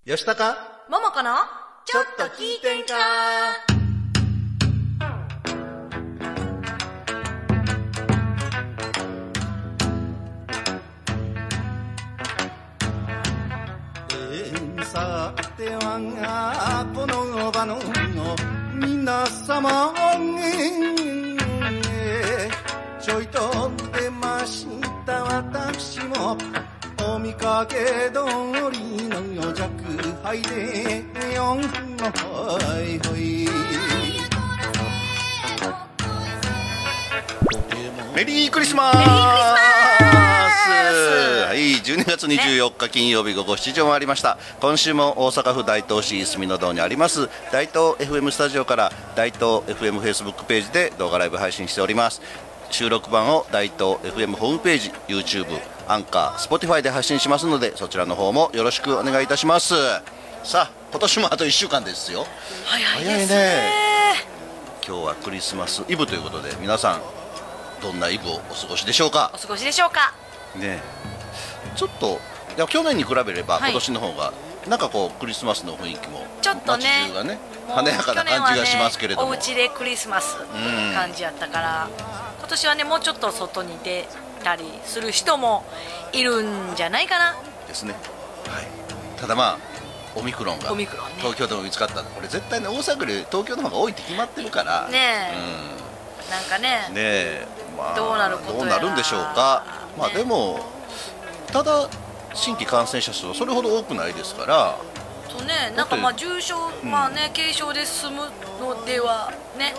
吉高ももこのちょっと聞いてんか。 さてはこの場の皆様ちょいと出ました私もお見かけ通りの弱敗でよんほいほい。メリークリスマス。はい、12月24日金曜日午後7時を回りました。今週も大阪府大東市住の堂にあります大東 FM スタジオから大東 FM フェイスブックページで動画ライブ配信しております。収録版を大東 FM ホームページ YouTube、アンカー、Spotify で発信しますので、そちらの方もよろしくお願いいたします。さあ、今年もあと1週間ですよ。 早いですね。今日はクリスマスイブということで、皆さんどんなイブをお過ごしでしょうか。 お過ごしでしょうかね。ちょっといや去年に比べれば今年の方がなんかこうクリスマスの雰囲気もちょっとね、 街中がね華やかな感じがしますけれども、 お家でクリスマス感じやったから、今年はねもうちょっと外に出たりする人もいるんじゃないかなですね。はい。ただまあオミクロンが東京でも見つかった。これ絶対ね大阪より東京の方が多いって決まってるからねえ、なんかね、まあ、どうなるんでしょうか。まあでもただ新規感染者数はそれほど多くないですから。 そうね、なんかまあ重症、まあね軽症で済むのではね。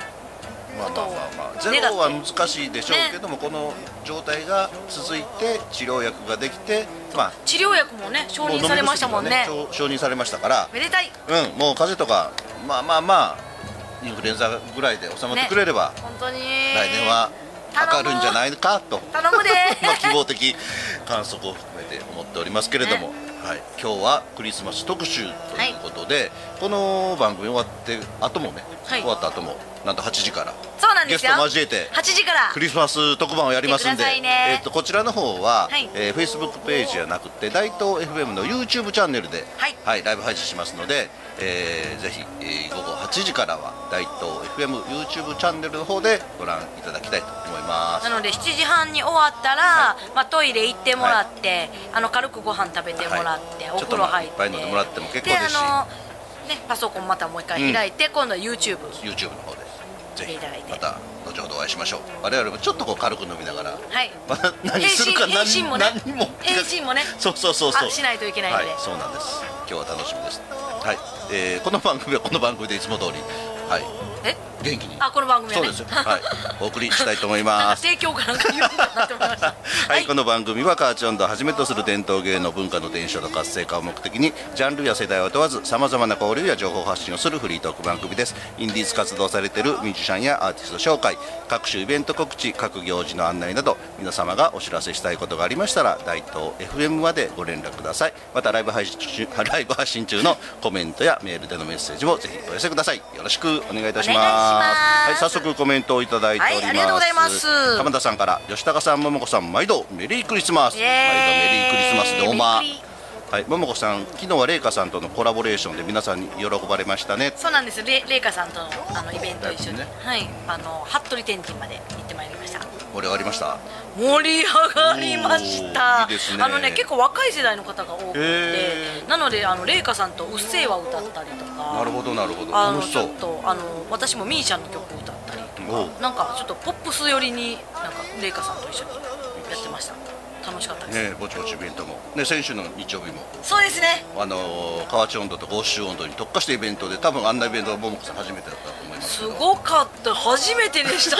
ゼロは難しいでしょうけども、この状態が続いて治療薬ができて、 治療薬もね承認されましたもんね。 承認されましたからめでたい。 もう風邪とかインフルエンザぐらいで収まってくれれば、 本当に来年は明るいんじゃないかと頼むで希望的観測を含めて思っておりますけれども、はい、今日はクリスマス特集ということで、この番組終わった後もなんと8時からゲストを交えて 8時からクリスマス特番をやりますんで、こちらの方はFacebook ページじゃなくて大東 FM の YouTube チャンネルでライブ配信しますので、ぜひ午後8時からは大東 FM YouTube チャンネルの方でご覧いただきたいと思います。 なので7時半に終わったら、トイレ行ってもらって、軽くご飯食べてもらって、お風呂入って、 いっぱい飲んでもらっても結構ですし、 パソコンまたもう一回開いて、今度は YouTube の方でぜひまた後ほどお会いしましょう。我々もちょっとこう軽く飲みながら、何するか返信もねそうしないといけないので、 そうなんです。今日は楽しみです。はい、この番組はこの番組でいつも通り元気にこの番組はね、 そうですよ、お送りしたいと思います。 提供かなんか言うかなと思いましたはい、この番組は河内音頭をはじめとする伝統芸能文化の伝承と活性化を目的にジャンルや世代を問わずさまざまな交流や情報発信をするフリートーク番組です。インディーズ活動されているミュージシャンやアーティスト紹介、各種イベント告知、各行事の案内など皆様がお知らせしたいことがありましたら大東 FM までご連絡ください。またライブ配信中のコメントやメールでのメッセージもぜひお寄せください。よろしくお願いいたします。はい、早速コメントをいただいております。 ありがとうございます。 鎌田さんから、吉高さん、桃子さん、毎度メリークリスマス。毎度メリークリスマスでおま。はい、桃子さん、昨日はレイカさんとのコラボレーションで皆さんに喜ばれましたね。 そうなんです。レイカさんとのイベント一緒に、服部天神まで行ってまいりました。 盛り上がりました。 盛り上がりました。 いいですね。 結構若い世代の方が多くて、なのでレイカさんとうっせぇわ歌ったりとか。 なるほどなるほど。楽しそう。 ちょっと私もミーシャンの曲歌ったりとか、なんかちょっとポップス寄りにレイカさんと一緒にやってました。楽しかったですね。ぼちぼちイベントもね、先週の日曜日もそうですね、 河内音頭と甲州音頭に特化したイベントで、多分あんなイベントは桃子さん初めてだったと思います。 すごかった、初めてでした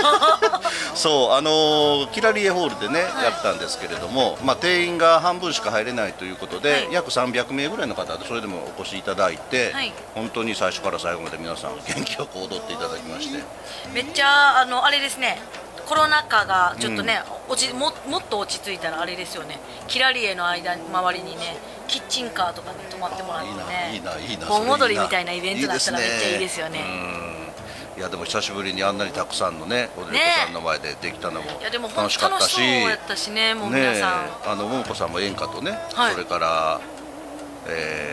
そうキラリエホールでね、やったんですけれども、定員が半分しか入れないということで、約300名ぐらいの方でそれでもお越しいただいて、本当に最初から最後まで皆さん元気よく踊っていただきまして、 めっちゃあれですね、コロナ禍がちょっとね、もっと落ち着いたらあれですよね、キラリエの周りにねキッチンカーとかに泊まってもらってね、 いいな盆踊りみたいなイベントだったらめっちゃいいですよね。 いやでも久しぶりにあんなにたくさんのね踊り子さんの前でできたのも楽しかったし、 楽しそうやったしね、もう皆さん、 桃子さんも演歌とね、それから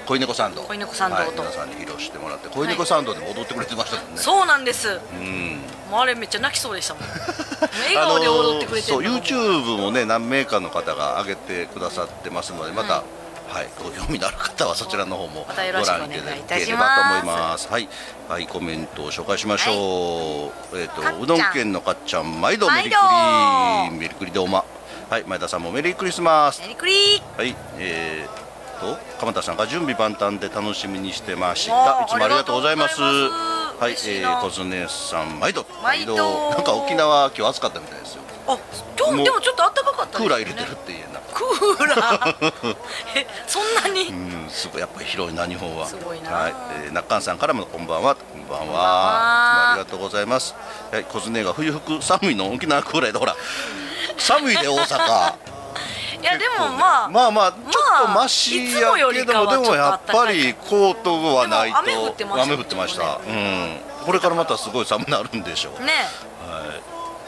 恋猫参道、 恋猫参道と皆さんに披露してもらって、恋猫参道でも踊ってくれてましたもんね。 そうなんです。 うんもうあれめっちゃ泣きそうでしたもん。笑顔で踊ってくれてるのも。 そう YouTube もね何名かの方が上げてくださってますので、また、ご興味のある方はそちらの方もご覧いただければと思います。はい、コメントを紹介しましょう。うどん県のかっちゃん、毎度メリクリどうま。はい、前田さんもメリークリスマス。 メリクリ。 はい、鎌田さんが準備万端で楽しみにしてました。いつもありがとうございます。はい、小津さん毎度なんか沖縄今日暑かったみたいですよ。 あ、今日でもちょっと暖かかったですね。 クーラー入れてるって言えな。 クーラーそんなにすごいやっぱり広いな日本は。 すごいな。 はい、中間さんからもこんばんは。こんばんは。ありがとうございます。はい、小津が冬服寒いの沖縄クーラーでほら寒いで大阪。 いやでもまあちょっとマシやけども、でもやっぱりコートはないと。 雨降ってました。 これからまたすごい寒くなるんでしょうね。はい、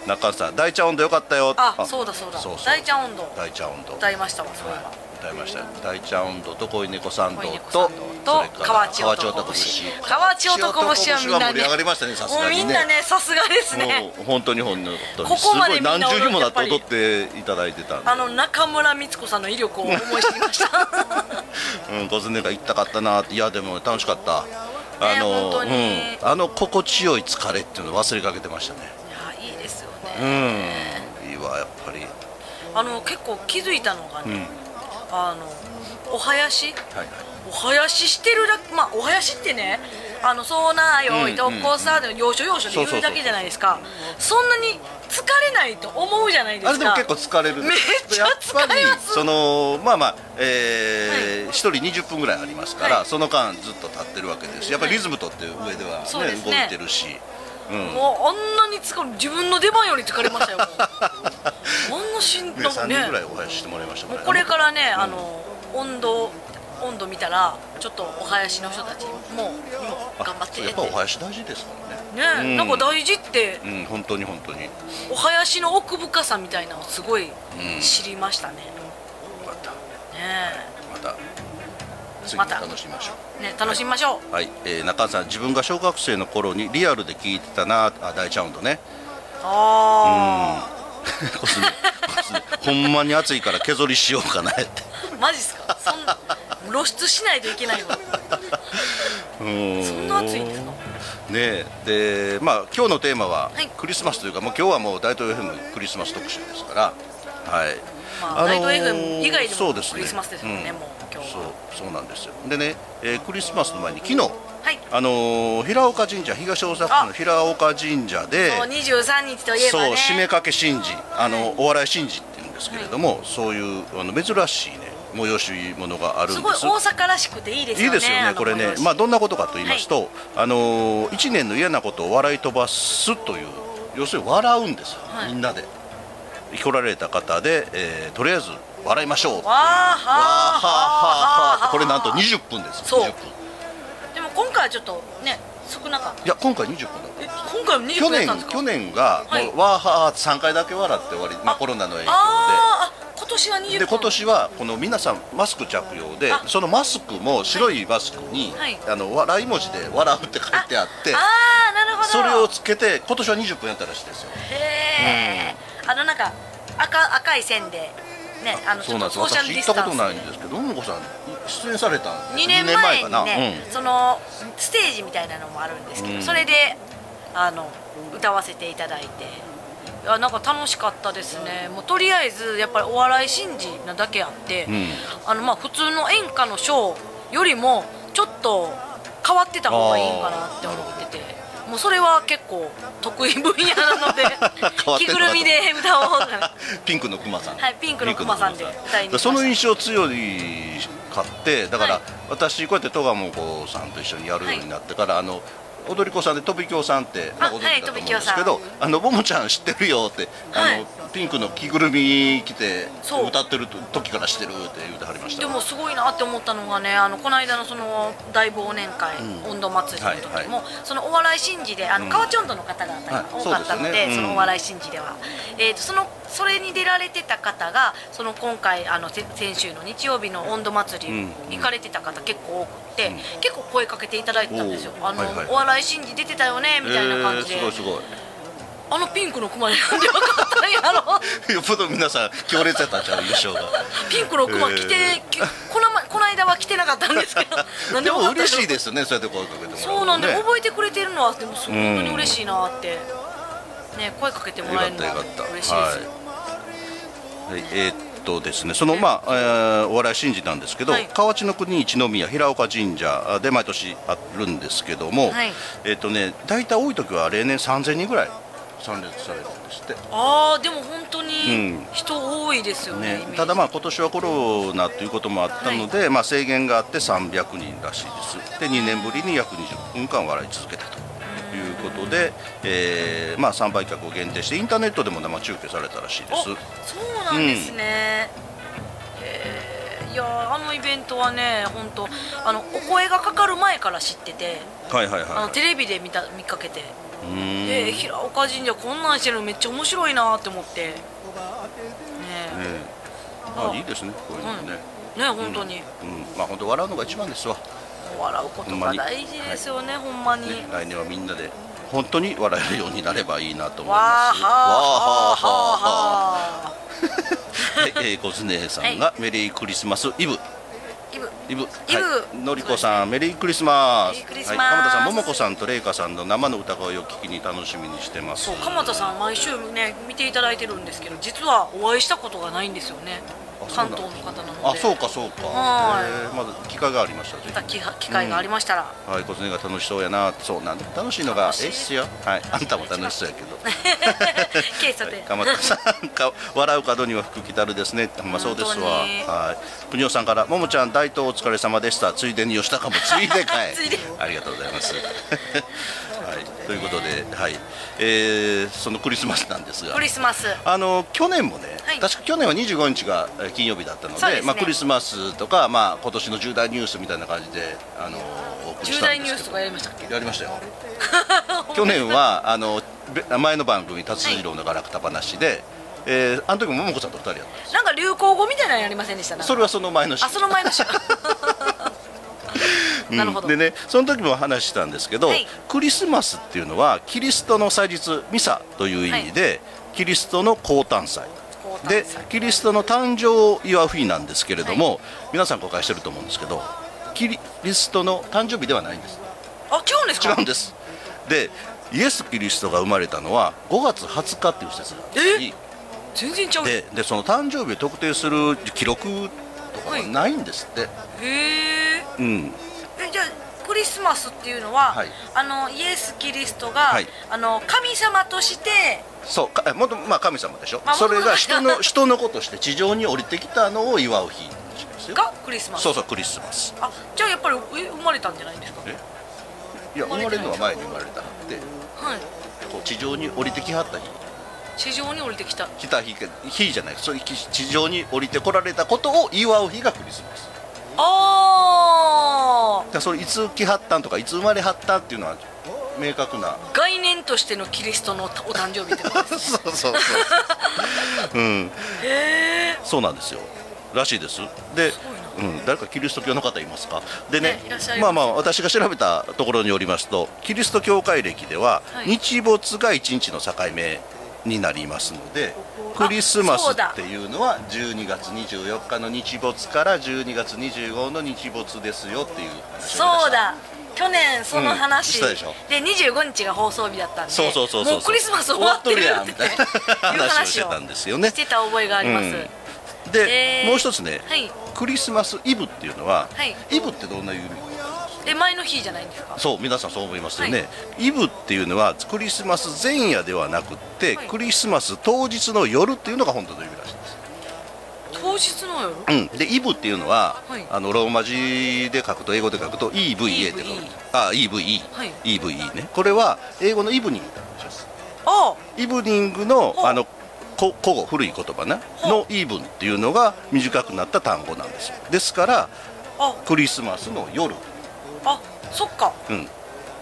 中さん大茶温度よかったよ。 そうだ大茶温度歌いましたわ。そういえば歌いましたよ。大茶温度と恋猫参道と河内男節。河内男節はみんな盛り上がりましたね。さすがにね。 みんなねさすがですね。 本当にここまで何重にもなって踊っていただいてたんで、 中村光子さんの威力を思い知りました。 小津が行ったかったな。いやでも楽しかった。 本当に心地よい疲れっていうのを忘れかけてましたね。 いやいいですよね。 いいわやっぱり。 結構気づいたのがね、お囃子してるだけ、お囃子ってね、そうなよいとこさで要所要所で言うだけじゃないですか。そんなに疲れないと思うじゃないですか。 あれでも結構疲れる。 めっちゃ疲れます。 1人20分ぐらいありますから、その間ずっと立ってるわけですし、やっぱりリズムとって上では動いてるし、 もうあんなに自分の出番より疲れましたよ。あんなしんどいね。 3人ぐらいお囃子してもらいましたからね。 これからね、温度見たらちょっとお囃子の人たちも頑張ってって。 やっぱお囃子大事ですからね。 なんか大事って、 本当にお囃子の奥深さみたいなのをすごい知りましたね。 また次楽しみましょうね。楽しみましょう。 はい、中田さん自分が小学生の頃にリアルで聞いてたな。大チャウンドね。ほんまに暑いから削りしようかなって。 マジっすか。そんな露出しないといけないわ。そんな暑いんですかね。で今日のテーマはクリスマスというか、もう今日はもう大東 FM クリスマス特集ですから、 大東 FM 以外でもクリスマスですもんね。もう今日はそうなんですよ。でね、クリスマスの前に昨日平岡神社、東大阪府の平岡神社で 23日といえばね、 締めかけ神事、お笑い神事っていうんですけれども、そういう珍しいね催し物があるんです。 すごい大阪らしくていいですよね。 いいですよね。これね、どんなことかと言いますと、1年の嫌なことを笑い飛ばすという、要するに笑うんですよ。みんなで来られた方で、とりあえず笑いましょう。わーはーはーはー。これなんと20分です。20分。 でも今回はちょっとね少なかった。 いや今回20分だった。 今回も20分やったんですか。 去年がもうわーはー3回だけ笑って終わり。コロナの影響で。 今年は20分で今年はこの皆さんマスク着用で、そのマスクも白いマスクに笑い文字で笑うって書いてあって、 なるほど。 それをつけて今年は20分やったらしいですよ。 へえ。なんか赤い線でね、 そうなんです。私行ったことないんですけど、もこさん出演された 2年前にね、そのステージみたいなのもあるんですけど、それで歌わせていただいて、なんか楽しかったですね。もうとりあえずやっぱりお笑い神事なだけあって、普通の演歌のショーよりもちょっと変わってた方がいいんかなって思ってて、もうそれは結構得意分野なので着ぐるみで歌おうピンクのクマさん、 ピンクのクマさんで歌いに行きました。 その印象強いかって、だから私こうやって戸賀子さんと一緒にやるようになってから、踊り子さんで飛び京さんってご存知だと思うんですけど、ももちゃん知ってるよって、ピンクの着ぐるみ着て歌ってる時からしてるって言ってはりました。 でもすごいなって思ったのがね、この間のその大忘年会、音頭祭りの時も、そのお笑い神事で河内音頭の方々が多かったので、そのお笑い神事では、そのそれに出られてた方がその今回先週の日曜日の温度祭り行かれてた方結構多くて、結構声かけていただいてたんですよ。お笑い神事出てたよねみたいな感じで、 すごいすごい。 ピンクのクマになんで分かったんやろよっぽど皆さん強烈やったんちゃう、優勝が。 ピンクのクマ来て、この間は来てなかったんですけどなんでも分かったの嬉しいですね、そうやって声かけてもらうのね。 そうなんで、覚えてくれてるのはでも本当に嬉しいなって、ね、声かけてもらえるのは嬉しいです、 ですね、その、お笑い神事なんですけど、河内の国一宮平岡神社で毎年あるんですけども、大体多い時は例年3000人ぐらい参列されるんですって。 でも本当に人多いですよね。 ただ今年はコロナということもあったので、制限があって300人らしいです。で2年ぶりに約20分間笑い続けたということで、参拝客を限定してインターネットでも生中継されたらしいです。 そうなんですね。いやイベントはね、本当お声がかかる前から知ってて、テレビで見かけて、平岡神社こんなんしてるのめっちゃ面白いなって思ってね。 いいですね、こういうのね。 本当に。 本当笑うのが一番ですわ。 笑うことが大事ですよね、ほんまに。 来年はみんなで本当に笑えるようになればいいなと思いわます。 ーはーはーはー。小常さんがメリークリスマスイブ。のりこさんメリークリスマス。鎌田さん、桃子さんと玲香さんの生の歌声を聞きに楽しみにしてます。 鎌田さん毎週ね見ていただいてるんですけど、実はお会いしたことがないんですよね。関東の方なので。 そうかそうか。まだ機会がありました。 機会がありましたら。 小常が楽しそうやな。そうなん楽しいのがええっすよ。あんたも楽しそうやけど。鎌田さん笑う角には福来たるですね。そうですわ。国尾さんからももちゃん大東お疲れ様でした。ついでに吉高もついでかい。ありがとうございます。ということで、そのクリスマスなんですが、 クリスマス去年もね、確か去年は25日が金曜日だったので、クリスマスとか、今年の重大ニュースみたいな感じでお送りしたんですけど。重大ニュースとかやりましたっけ？やりましたよ。去年は前の番組達次郎のガラクタ話で、あの時も桃子さんと2人やったんです。 なんか流行語みたいなのやりませんでした？ それはその前の週。 その前の週。なるほど。 でね、その時も話したんですけど、クリスマスっていうのはキリストの祭日ミサという意味で、キリストの降誕祭でキリストの誕生を祝う日なんですけれども、皆さん誤解してると思うんですけど、キリストの誕生日ではないんです。 違うんですか？ 違うんです。でイエス・キリストが生まれたのは5月20日っていう説があり、 全然ちゃう。 でその誕生日を特定する記録とかはないんですって。 じゃあクリスマスっていうのは、イエス・キリストが、神様として、神様でしょ。それが人の子として地上に降りてきたのを祝う日ですよ。がクリスマス。そうクリスマス。じゃあやっぱり生まれたんじゃないんですか？いや、生まれるのは前に生まれたって、地上に降りてきはった日。地上に降りてきた日じゃない、そういう地上に降りてこられたことを祝う日がクリスマス。それいつ来はったんとかいつ生まれはったっていうのは明確な概念としてのキリストのお誕生日ってことですね。そうそうなんですよ、らしいです。で、誰かキリスト教の方いますか？でね、私が調べたところによりますと、キリスト教会歴では日没が1日の境目になりますので、クリスマスっていうのは12月24日の日没から12月25の日没ですよっていう話を。そうだ、去年その話、で25日が放送日だったんで、もうクリスマス終わってるやんみたいな話をしてたんですよね。してた覚えがあります。でもう一つね、クリスマスイブっていうのは、イブってどんな意味？前の日じゃないんですか？そう、皆さんそう思いますよね。イブっていうのはクリスマス前夜ではなくって、クリスマス当日の夜っていうのが本当の意味らしいです。当日の夜？でイブっていうのは、ローマ字で書くと、英語で書くと EVA って書く。EVE ね。これは英語のイブニングって話です。イブニングの古語、古い言葉ねのイーブンっていうのが短くなった単語なんですよ。ですからクリスマスの夜。そっか。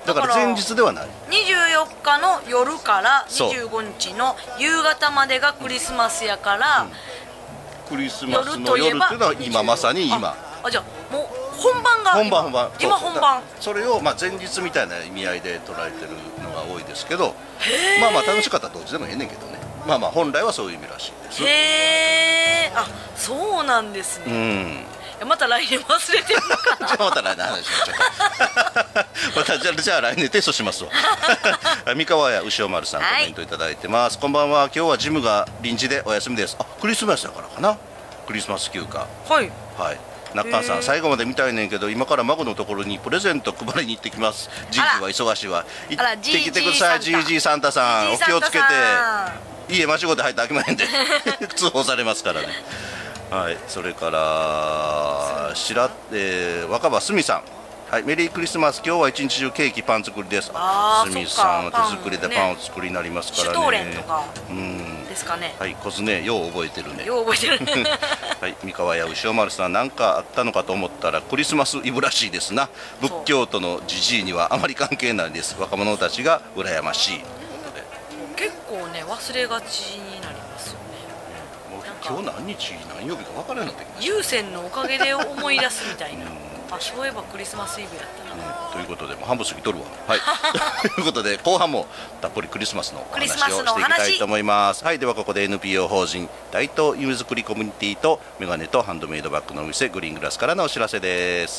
だから前日ではない。 24日の夜から25日の夕方までがクリスマスやから、 クリスマスの夜っていうのは今まさに今。 じゃあもう本番が今本番。 それをまあ前日みたいな意味合いで捉えてるのが多いですけど、まあまあ楽しかったらどっちでもええねんけどね。まあまあ本来はそういう意味らしいです。 へえ、あ、そうなんですね。また来年忘れてるのかな。 じゃあまた来年話しましょう。またじゃあ来年テストしますわ。三河屋牛尾丸さんコメントいただいてます。こんばんは。今日はジムが臨時でお休みです。あ、クリスマスだからかな。クリスマス休暇。 はいはい。中さん、最後まで見たいねんけど今から孫のところにプレゼント配りに行ってきます。じいじは忙しいわ。行ってきてください。じいじサンタさん、お気をつけて。家間違って入ってあきまへんで通報されますからね。はい、それから若葉すみさん、はい、メリークリスマス。今日は一日中ケーキパン作りです。すみさんは手作りでパンを作りになりますからね。 シュトーレンとかですかね。 はい、コズね、よう覚えてるね。 よう覚えてる。 はい、三河屋牛尾丸さん、何かあったのかと思ったらクリスマスイブらしいですな。仏教徒のじじいにはあまり関係ないです。若者たちが羨ましい。 結構ね、忘れがちになりますよね。 もう今日何日何曜日か分からなくなってきました。 有線のおかげで思い出すみたいな。あ、そういえばクリスマスイブやったな。 ということで、もう半分過ぎとるわ。はい。ということで、後半もたっぷりクリスマスのお話をしていきたいと思います。はい、ではここで NPO 法人大東夢づくりコミュニティとメガネとハンドメイドバッグのお店グリーングラスからのお知らせです。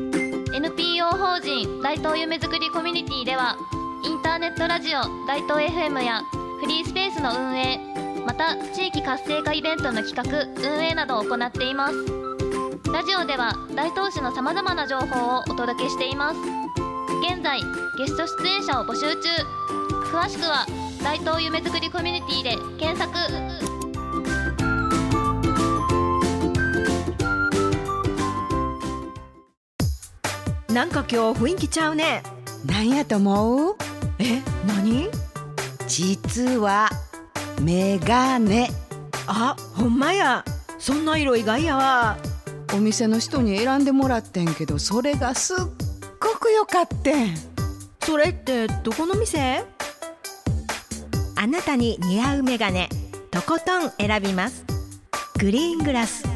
NPO 法人大東夢づくりコミュニティでは、インターネットラジオ大東 FM やフリースペースの運営、また地域活性化イベントの企画・運営などを行っています。ラジオでは大東市のさまざまな情報をお届けしています。現在ゲスト出演者を募集中。詳しくは大東夢づくりコミュニティで検索。 なんか今日雰囲気ちゃうね。 なんやと思う？ 何？ 実はメガネ。 あ、ほんまや。そんな色意外やわ。 お店の人に選んでもらってんけど、それがすっごくよかってん。 それってどこの店？ あなたに似合うメガネ、とことん選びます。グリーングラス。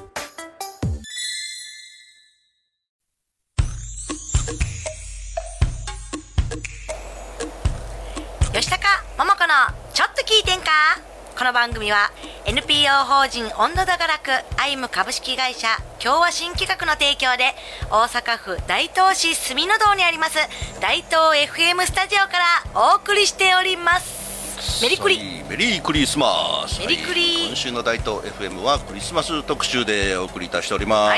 吉高桃子のちょっと聞いてんか。この番組は NPO 法人温度だがらくアイム株式会社共和新企画の提供で、大阪府大東市住の堂にあります大東 FM スタジオからお送りしております。メリクリ、 メリークリスマス。 メリクリ、 今週の大東 FM はクリスマス特集でお送りいたしております。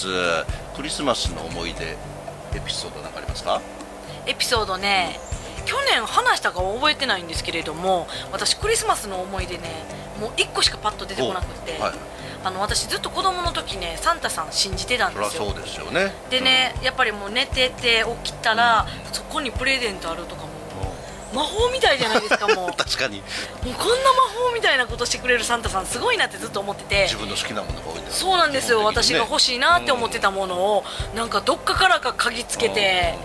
クリスマスの思い出エピソードなんかありますか？ エピソードね、去年話したかは覚えてないんですけれども、私クリスマスの思い出ね、もう1個しかパッと出てこなくて、私ずっと子供の時ね、サンタさん信じてたんですよ。 そうですよね。 でね、やっぱりもう寝てて起きたら、そこにプレゼントあるとかも魔法みたいじゃないですか。もう確かにもうこんな魔法みたいなことしてくれるサンタさんすごいなってずっと思ってて、 自分の好きなものが多いんです。 そうなんですよ、私が欲しいなって思ってたものを、なんかどっかからか嗅ぎつけて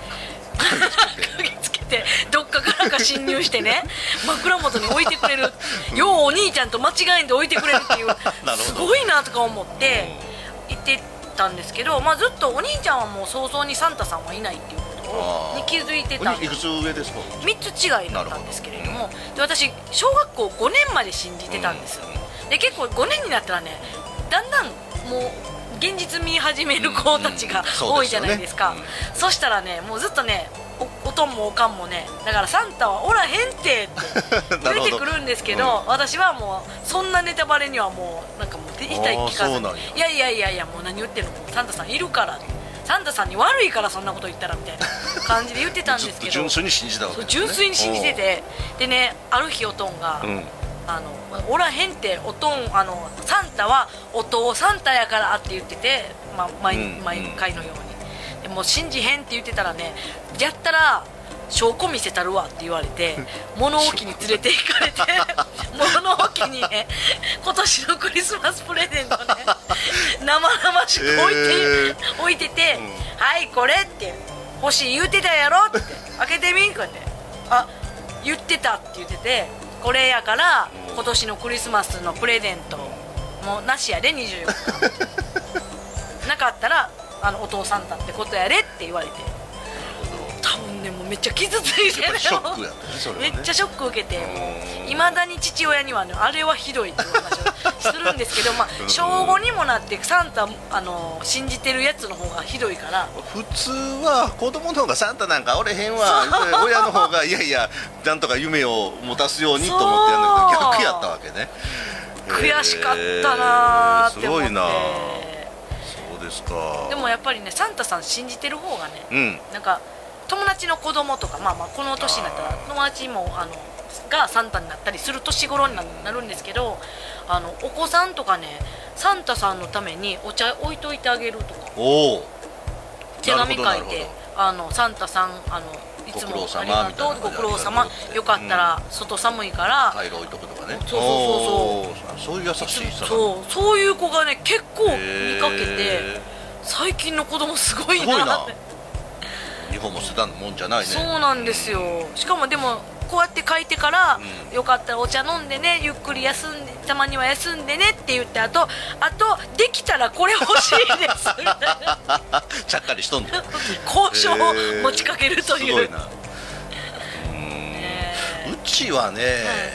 どっかからか侵入してね、枕元に置いてくれるようお兄ちゃんと間違えんで置いてくれるっていうすごいなとか思って言ってたんですけど、ずっとお兄ちゃんはもう早々にサンタさんはいないっていうことに気づいてたんです。 いくつ上ですか ？3つ違いだったんですけれども、で私小学校5年まで信じてたんです。で結構5年になったらね、だんだんもう現実見始める子たちが多いじゃないですか。そしたらね、もうずっとね、おとんもおかんもね、だからサンタはおらへんってって言ってくるんですけど、私はもうそんなネタバレにはもうなんかもう言いたい聞かずに、いやもう何言ってるの、サンタさんいるから、サンタさんに悪いからそんなこと言ったらみたいな感じで言ってたんですけど純粋に信じたわけですね。 純粋に信じてて、でね、ある日おとんが、おらへんっておとん、サンタはお父サンタやからって言ってて、毎回のように、でも信じへんって言ってたらね、やったら証拠見せたるわって言われて物置に連れて行かれて物置にね、今年のクリスマスプレゼントね生々しく置いてて、はいこれって欲しい言うてたやろって開けてみんかってあ言ってたって言っててこれやから今年のクリスマスのプレゼントもうなしやで24日なかったらお父さんだってことやでって言われて多分ねもうめっちゃ傷ついてねショックやったねそれはねめっちゃショック受けていまだに父親にはねあれはひどいっていう話をするんですけどまあ小5にもなってサンタ信じてるやつの方がひどいから普通は子供の方がサンタなんかおれへんわ親の方がいやいやなんとか夢を持たすようにと思ってやるんだけど逆やったわけね悔しかったなーって思ってすごいなそうですかでもやっぱりねサンタさん信じてる方がね、 うん、 なんか友達の子供とかまあこの年になったら友達もがサンタになったりする年頃になるんですけどお子さんとかねサンタさんのためにお茶置いといてあげるとか手紙書いてサンタさんいつもありがとうご苦労様よかったら外寒いからカイロ置いとくとかねそういう優しいさそういう子がね結構見かけて最近の子供すごいなって日本も捨てたもんじゃないねそうなんですよしかもでもこうやって書いてから、よかったらお茶飲んでねゆっくり休んでたまには休んでねって言ってあとできたらこれ欲しいですみたいなちゃっかりしとんね交渉を持ちかけるというすごいなうちはね、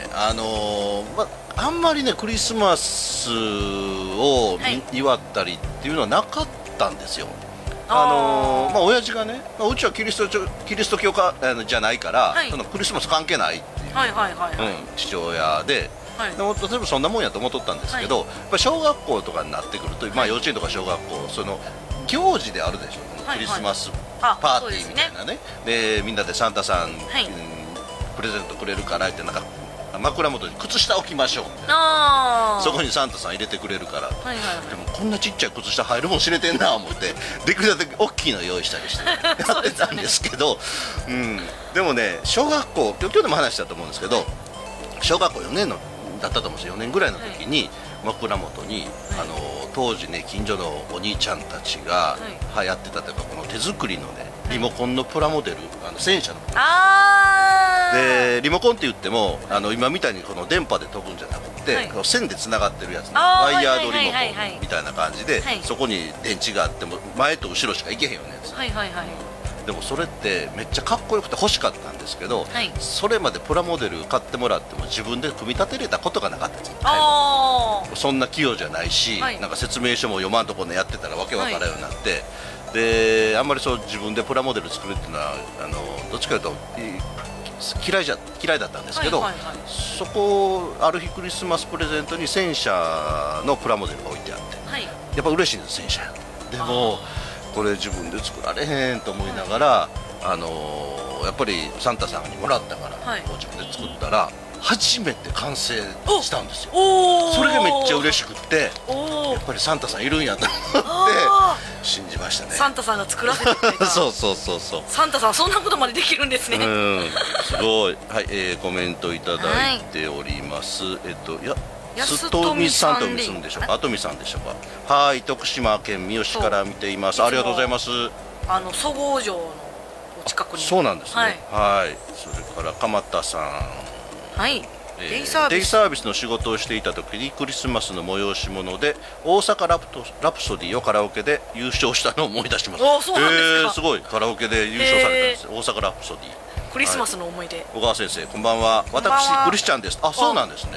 あんまりねクリスマスを祝ったりっていうのはなかったんですよ親父がね、うちはキリスト教家じゃないから、そのクリスマス関係ないっていう父親で、でも例えばそんなもんやと思っとったんですけど、やっぱ小学校とかになってくると、幼稚園とか小学校その行事であるでしょクリスマスパーティーみたいなねでみんなでサンタさん、プレゼントくれるからってなんか枕元に靴下置きましょうみたいなそこにサンタさん入れてくれるから、でもこんなちっちゃい靴下入るもん知れてんな思ってできるだけ大きいの用意したりしてやってたんですけどでもね小学校今日でも話したと思うんですけど小学校4年だったと思うんですよ4年ぐらいの時に枕元に当時ね近所のお兄ちゃんたちが流行ってたというかこの手作りのねリモコンのプラモデル戦車のでリモコンって言っても今みたいにこの電波で飛ぶんじゃなくて、線でつながってるやつ、ワイヤードリモコンみたいな感じで、そこに電池があっても前と後ろしか行けへんよねやつ、でもそれってめっちゃかっこよくて欲しかったんですけど、それまでプラモデル買ってもらっても自分で組み立てれたことがなかったんですよそんな器用じゃないし、なんか説明書も読まんとこでやってたらわけわからんようになって、であんまり自分でプラモデル作るっていうのはどっちかというと嫌いだったんですけど、そこある日クリスマスプレゼントに戦車のプラモデルが置いてあって、やっぱ嬉しいんです戦車でもこれ自分で作られへんと思いながらやっぱりサンタさんにもらったから、自分で作ったら初めて完成したんですよそれがめっちゃ嬉しくってやっぱりサンタさんいるんやと思って信じましたねサンタさんが作らせてくれたそうサンタさんそんなことまでできるんですねすごいコメントいただいております、安富さんと読むんでしょうか、あとみさんでしょうか。はい、徳島県三好から見ています。ありがとうございます。 そごう城のお近くに。 そうなんですね。はい。それから鎌田さん。 はい。 デイサービスの仕事をしていた時にクリスマスの催し物で大阪ラプソディをカラオケで優勝したのを思い出します。 そうなんですか。 すごいカラオケで優勝されたんです。大阪ラプソディ。 クリスマスの思い出。 小川先生こんばんは。私クリスチャンです。あ、そうなんですね。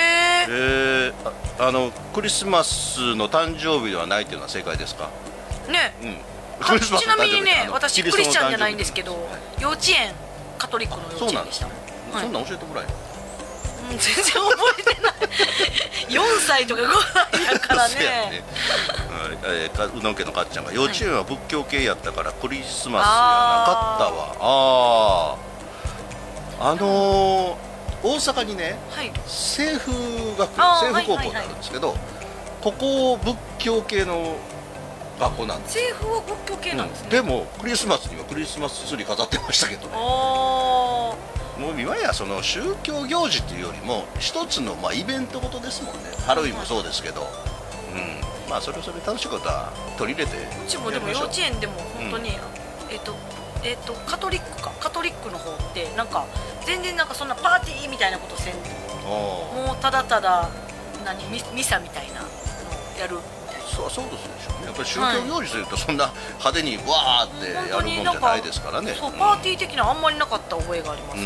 クリスマスの誕生日ではないというのは正解ですか。 ね。ちなみにね、私クリスチャンじゃないんですけど、幼稚園カトリックの幼稚園でした。 そんなん教えてもらえ。 全然覚えてない4歳とか5歳やからねうどん家のかっちゃんが幼稚園は仏教系やったからクリスマスやなかったわ。大阪にね、清風高校ってあるんですけど、ここ仏教系の学校なんです。 清風は仏教系なんですね。 でもクリスマスにはクリスマスツリー飾ってましたけどね。もう今やその宗教行事というよりも一つのイベントごとですもんね。ハロウィンもそうですけど、それ楽しいことは取り入れて。 うちもでも幼稚園でも本当にカトリックの方ってなんか全然なんかそんなパーティーみたいなことせんと、もうただただミサみたいなのをやるみたいな。 そうですよね。やっぱり宗教行事というとそんな派手にわーってやるもんじゃないですからね。 そうパーティー的なあんまりなかった覚えがあります。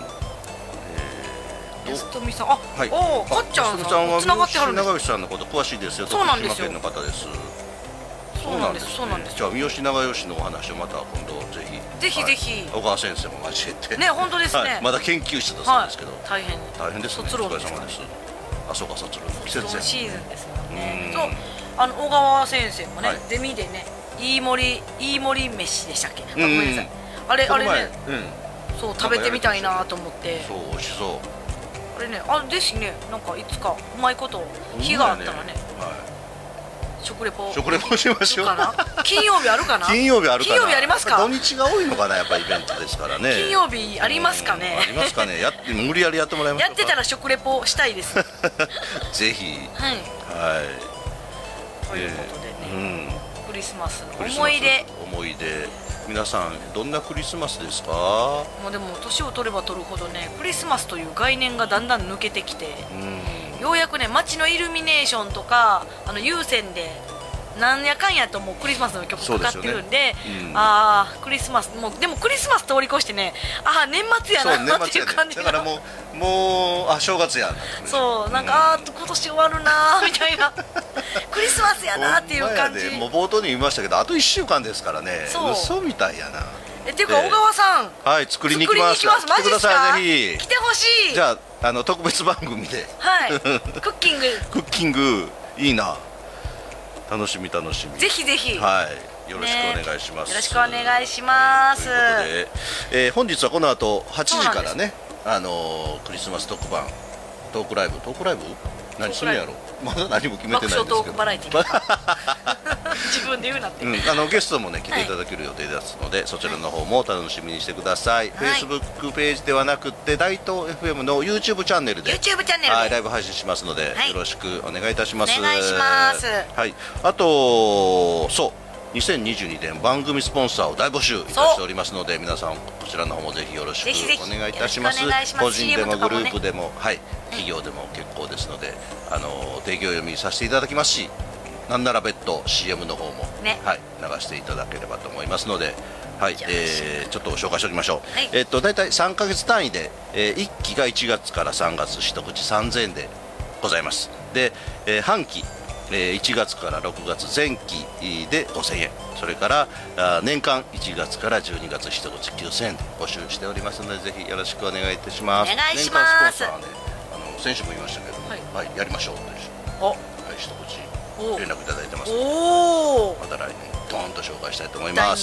安富さん、かっちゃんさんつながってはるんです。 長吉さんのこと詳しいですよ。 そうなんですよ。 徳島県の方です。 そうなんです。そうなんです。 じゃあ三好長吉のお話をまた今度ぜひ小川先生も交えてね、本当ですね。 まだ研究室だそうですけど大変ですね。お疲れ様です。そうか、卒論の季節シーズンですもんね。そう小川先生もねゼミでね飯盛飯でしたっけ。ごめんなさい。あれね、そう食べてみたいなと思って。 そう美味しそう。 あれね、ですね、なんかいつかうまいこと日があったらね、食レポしましょう。 金曜日あるかな。金曜日ありますか。 土日が多いのかな、やっぱりイベントですからね。 金曜日ありますかね。 ありますかね。無理やりやってもらいましょう。 やってたら食レポしたいです。 ぜひ。 はい。ということでね、クリスマスの思い出。 皆さんどんなクリスマスですか。 もうでも年を取れば取るほどね、クリスマスという概念がだんだん抜けてきて、ようやくね街のイルミネーションとか有線でなんやかんやともうクリスマスの曲かかってるんで、クリスマスでもクリスマス通り越してね、年末やなっていう感じが。 だからもう正月やな。 そうなんか今年終わるなみたいなクリスマスやなっていう感じ。 もう冒頭に言いましたけど、あと1週間ですからね。嘘みたいやな。 っていうか小川さん、 作りに行きます。 マジですか。 ぜひ来てほしい。 じゃあ特別番組でクッキングいいな。楽しみ。 ぜひぜひ。 よろしくお願いします。 よろしくお願いします。 ということで、本日はこの後8時からね、クリスマス特番トークライブ何するんやろ。まだ何も決めてないんですけど。 爆笑トークバラエティー。自分で言うなって。 ゲストもね来ていただける予定ですので、そちらの方も楽しみにしてください。Facebook ページではなくて大東 FM の YouTube チャンネルでライブ配信しますので、よろしくお願いいたします。 お願いします。 あと2022年番組スポンサーを大募集いたしておりますので、皆さんこちらの方もぜひよろしくお願いいたします。個人でもグループでも企業でも結構ですので、提供読みさせていただきますし、なんなら別途 CM の方も流していただければと思いますので、ちょっと紹介しておきましょう。だいたい3ヶ月単位で、1期が1月から3月1口3000円でございます。で、半期1月から6月前期で5000円、それから年間1月から12月1口9000円で募集しておりますので、ぜひよろしくお願いいたします。 お願いします。 年間スポンサーはね、先週も言いましたけど、やりましょうという一口連絡いただいてますので、また来年ドーンと紹介したいと思います。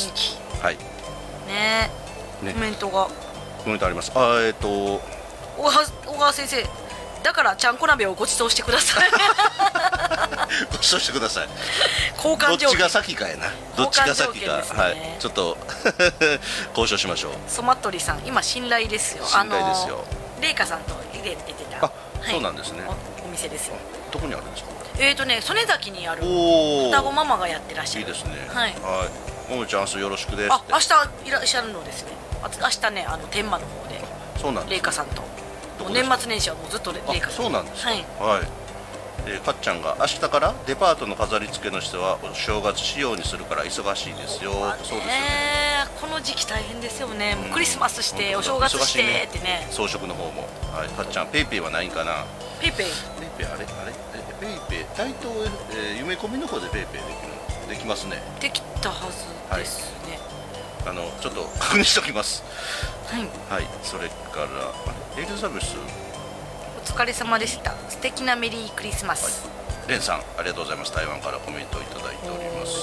コメントがあります。小川先生、だからちゃんこ鍋をご馳走してください。 ご馳走してください。 交換条件。 どっちが先かやな。どっちが先か、ちょっと交渉しましょう。 ソマットリさん、今信頼ですよ。 信頼ですよ。 レイカさんと出てた。 そうなんですね。 お店ですよ。 どこにあるんですか。 曽根崎にある双子ママがやってらっしゃる。 いいですね。ももちゃん、明日よろしくです。 明日いらっしゃるのですね。明日ね、天満の方で。 そうなんです。 レイカさんと。年末年始はもうずっとレイカさん。 そうなんです。かっちゃんが明日からデパートの飾り付けの人はお正月仕様にするから忙しいですよ。そうですよね。 この時期大変ですよね。クリスマスしてお正月してってね。 装飾の方も。かっちゃん、ペイペイはないんかな。 ペイペイあれペイペイ大東夢込みの方でペイペイできますね。 できたはずですね。 ちょっと確認しておきます。それからエリザベス、 お疲れ様でした。素敵なメリークリスマス。 レンさん、ありがとうございます。台湾からコメントをいただいております。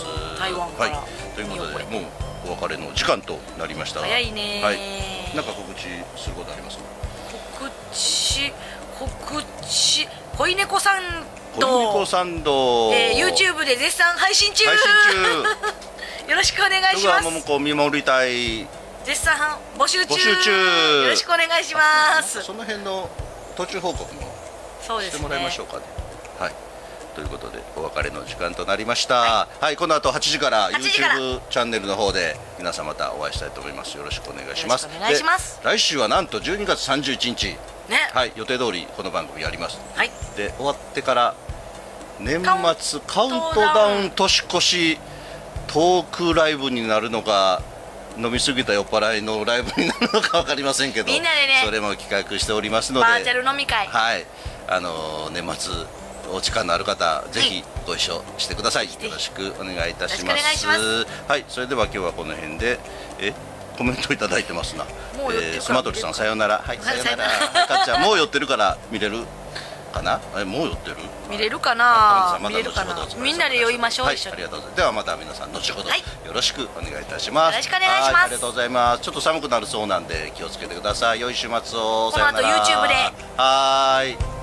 台湾からということで、もうお別れの時間となりましたが、 早いね。 なんか告知することありますか。 告知恋猫サンド YouTube で絶賛配信中。よろしくお願いします。 僕はもう見守りたい。 絶賛募集中。よろしくお願いします。 その辺の途中報告もしてもらいましょうかね。 ということでお別れの時間となりましたはい、この後8時から 8時から YouTube チャンネルの方で皆さんまたお会いしたいと思います。よろしくお願いします。 よろしくお願いします。 で来週はなんと12月31日ね、 はい、予定通りこの番組やります。 はい、 で終わってから年末カウントダウン年越しトークライブになるのか飲み過ぎた酔っ払いのライブになるのか分かりませんけど、 みんなでねそれも企画しておりますのでバーチャル飲み会、 はい、年末お時間のある方、ぜひご一緒してください。よろしくお願いいたします。 よろしくお願いします。 はい、それでは今日はこの辺でコメントいただいてますな。 もう寄ってるからスマトリさんさようなら。はい、さようなら。かっちゃんもう寄ってるから見れるかな。もう寄ってる？ 見れるかな、 また見れるかな後ほどみんなで酔いましょう、 はい、 一緒に。 ありがとうございます。ではまた皆さん後ほどよはいろしくお願いいたします。 よろしくお願いしますはありがとうございます。ちょっと寒くなるそうなんで気をつけてください。良い週末を。さようなら。 この後 YouTube ではーい。